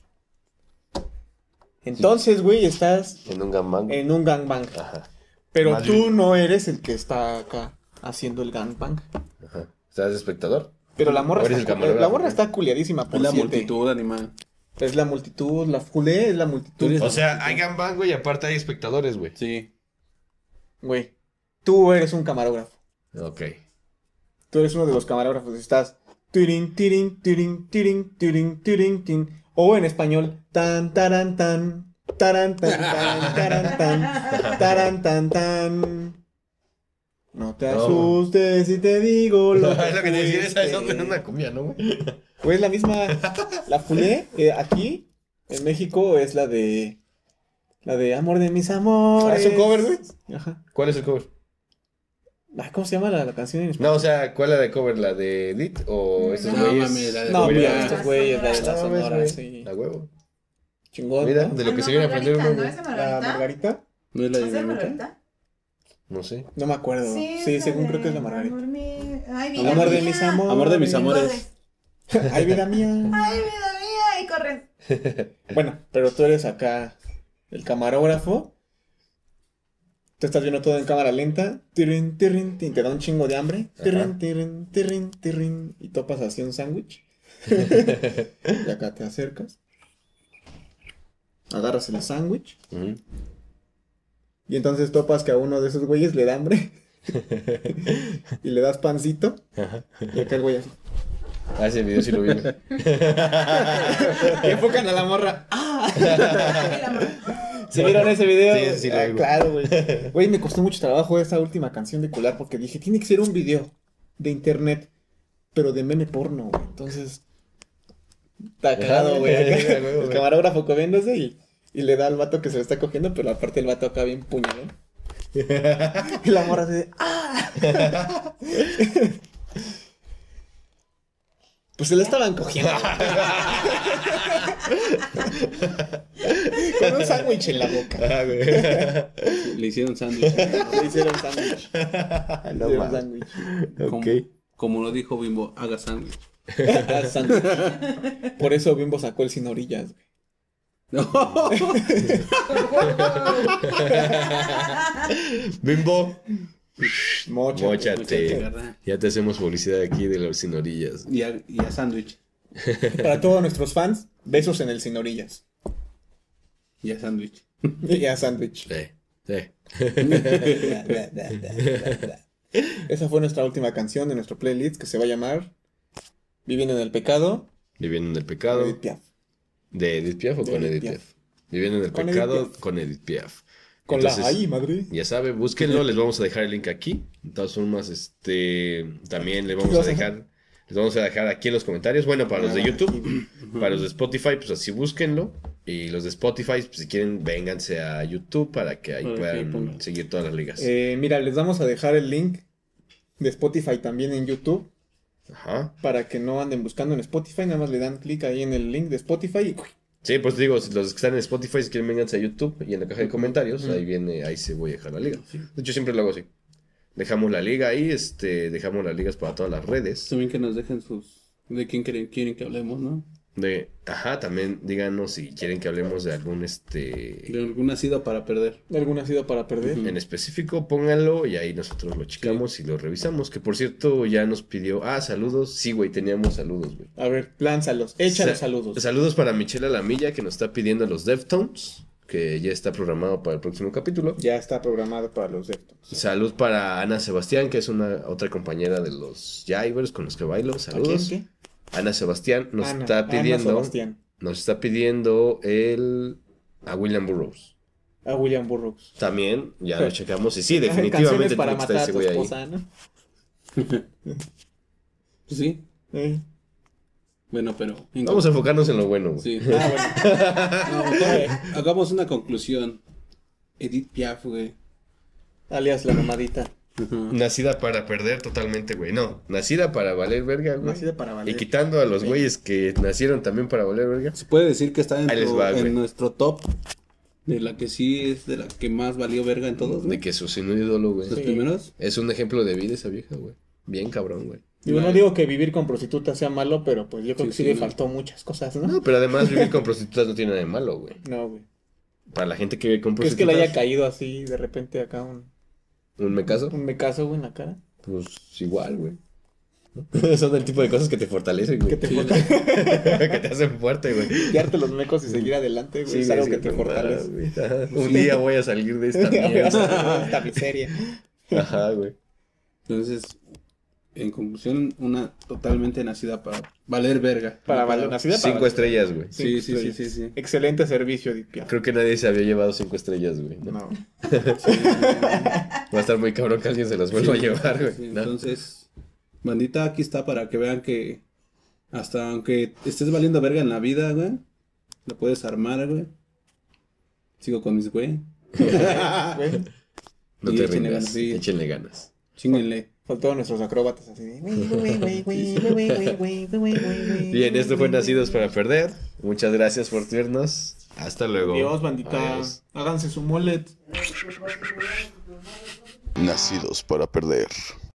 Entonces, güey, estás En un gangbang. en un gangbang. Ajá. Pero Más tú bien. no eres el que está acá haciendo el gangbang. Ajá. ¿Estás de espectador? Pero la morra, ¿O eres el camarógrafo? la morra está culiadísima por Es la 7. multitud, animal. Es la multitud, la foulée es la multitud. eres- O sea, hay gangbang, güey, y aparte hay espectadores, güey. Sí. Güey, tú eres un camarógrafo. Ok. Tú eres uno de los camarógrafos. Estás. Tirin, tirin, tirin, tirin, tirin, tirin, tin. O en español. Tan, taran, tan. Taran, tan, tan, taran, tan. Taran, tan, tan. No te No. asustes si te digo lo Es lo que te decía, esa es fuiste. una cumbia, ¿no, güey? Pues la misma. La foulée, aquí, en México, es la de. La de Amor de mis amores. ¿Es un cover, güey? Ajá. ¿Cuál es el cover? ¿Cómo se llama la canción en español? No, o sea, ¿cuál es la de cover? ¿La de Edith o estos No, güeyes? mames, la de No, Oye, mira, ah, estos güeyes, la de la No, mames, sonora, güey. sí. La huevo. Chingón, Mira, ¿no? de lo que no, se viene a aprender uno, ¿no güey. es de La Margarita? Margarita. ¿No es la ¿No es de dinamita? Margarita? No sé. No me acuerdo. Sí, es según la creo que es de la Margarita. Amor Ay, vida Amor de mía. mis amores. Amor de mis amores. Ay, vida mía. Ay, vida mía. Y corren. Bueno, pero tú eres acá el camarógrafo. Tú estás viendo todo en cámara lenta. Tirin, tirin, tin, te da un chingo de hambre. Tirin, tirin, tirin, tirin. Y topas así un sándwich. Y acá te acercas. Agarras el sándwich. Ujú. Y entonces topas que a uno de esos güeyes le da hambre. Y le das pancito. Y acá el güey así. Ah, ese video sí lo vi. güey. Y enfocan a la morra. ¿Sí vieron ese video? Sí, sí, lo vi, güey. Claro, güey. Güey, me costó mucho trabajo esa última canción de Cular porque dije, tiene que ser un video de internet, pero de meme porno, güey. Entonces, está cagado, güey. Acá, Sí, güey, el güey. camarógrafo comiéndose y le da al vato que se lo está cogiendo, pero aparte el vato acá bien puñalón. Y la morra así de, ¡ah! Pues se lo estaban cogiendo. Con un sándwich en la boca. Ah, güey. Le hicieron sándwich. Le hicieron sándwich. No Le hicieron mames. sándwich. Ok. Como lo dijo Bimbo, haga sándwich. Ah, sándwich. Por eso Bimbo sacó el sin orillas, güey. Bimbo, Móchate. móchate. ¿Verdad? Ya te hacemos publicidad aquí de los sin orillas. Y a sándwich. Para todos nuestros fans, besos en el sin orillas. Y a sándwich. Y a sándwich. Sí. Esa fue nuestra última canción de nuestro playlist que se va a llamar Viviendo en el Pecado. Viviendo en el pecado. Edith Piaf. ¿De Edith Piaf o De con Edith Edith Piaf. Piaf? Viviendo en el Con pecado Edith Piaf. con Edith Piaf. Con Entonces, la ¡ay, madre! ya sabe, búsquenlo, les vamos a dejar el link aquí. De todas formas, también les vamos a dejar aquí en los comentarios. Bueno, para los de YouTube, para los de Spotify, pues así búsquenlo. Y los de Spotify, pues, si quieren, vénganse a YouTube para que ahí Para que puedan pongan. seguir todas las ligas. Mira, les vamos a dejar el link de Spotify también en YouTube Ajá. para que no anden buscando en Spotify. Nada más le dan clic ahí en el link de Spotify y Sí, pues te digo, si los que están en Spotify, si quieren, vénganse a YouTube y en la caja de comentarios, ahí se voy a dejar la liga. De hecho, siempre lo hago así. Dejamos la liga ahí, dejamos las ligas para todas las redes. También que nos dejen de quién quieren que hablemos, ¿no? También díganos si quieren que hablemos de algún De algún nacido para perder. alguna ha sido para perder. en específico, pónganlo y ahí nosotros lo checamos y lo revisamos. Que por cierto, ya nos pidió, saludos. Sí, güey, teníamos saludos, güey. A ver, lánzalos, échalos saludos. Saludos para Michelle Alamilla, que nos está pidiendo los Deftones, que ya está programado para el próximo capítulo. Ya está programado para los Deftones. Salud para Ana Sebastián, que es otra compañera de los Jivers con los que bailo. Saludos. ¿A quién? ¿Qué? Ana Sebastián nos Ana está pidiendo a William Burroughs. A William Burroughs. También, ya lo checamos. Y sí, Canciones definitivamente para tiene que estar matar a ese tu güey ahí. esposa, ¿no? Pues sí. Bueno, pero... Vamos a enfocarnos en lo bueno, güey. Sí. Ah, No, mejor hagamos una conclusión. Edith Piaf, güey. alias la mamadita. Nacida para perder totalmente, güey. No, nacida para valer verga, güey. Nacida para valer. Y quitando a los Sí. güeyes que nacieron también para valer verga. Se puede decir que está Ahí les va, güey. en nuestro top. De la que sí es de la que más valió verga en todos, De güey. que su ídolo, güey. Los Sí. primeros. Es un ejemplo de vida esa vieja, güey. Bien cabrón, güey. Digo, no digo que vivir con prostitutas sea malo, pero pues yo creo Sí, que sí sí, le no. faltó muchas cosas, ¿no? No, pero además vivir con prostitutas no tiene nada de malo, güey. No, güey. Para la gente que vive con ¿Crees que prostitutas. le haya caído así de repente acá ¿Un mecazo? un mecazo, güey, en la cara? Pues igual, güey. ¿No? Son el tipo de cosas que te fortalecen, güey. Que te Sí. fortalece. que te hacen fuerte, güey. Quitarte los mecos y seguir adelante, güey. es algo que te fortalece. güey. Ajá. Un día voy a salir de esta mierda. Esta miseria. Ajá, güey. Entonces, en conclusión, una totalmente nacida para valer verga. Para valer, nacida para 5 estrellas, güey. Sí, Cinco sí, sí, estrellas. sí, sí. Excelente servicio, Edith Piaf. Creo que nadie se había llevado 5 estrellas, güey. ¿no? No. Va a estar muy cabrón que alguien se las vuelva a llevar, güey. Sí, ¿no? entonces, bandita, aquí está para que vean que hasta aunque estés valiendo verga en la vida, güey, la puedes armar, güey. Sigo con mis güey. Güey, No Y te échenle rindas. ganas, sí. Échenle ganas. Chinguenle. faltaron nuestros acróbatas así de... Bien, esto fue Nacidos para Perder. Muchas gracias por vernos. Hasta luego. Dios, bandita. Adiós. Háganse su mullet. Nacidos para perder.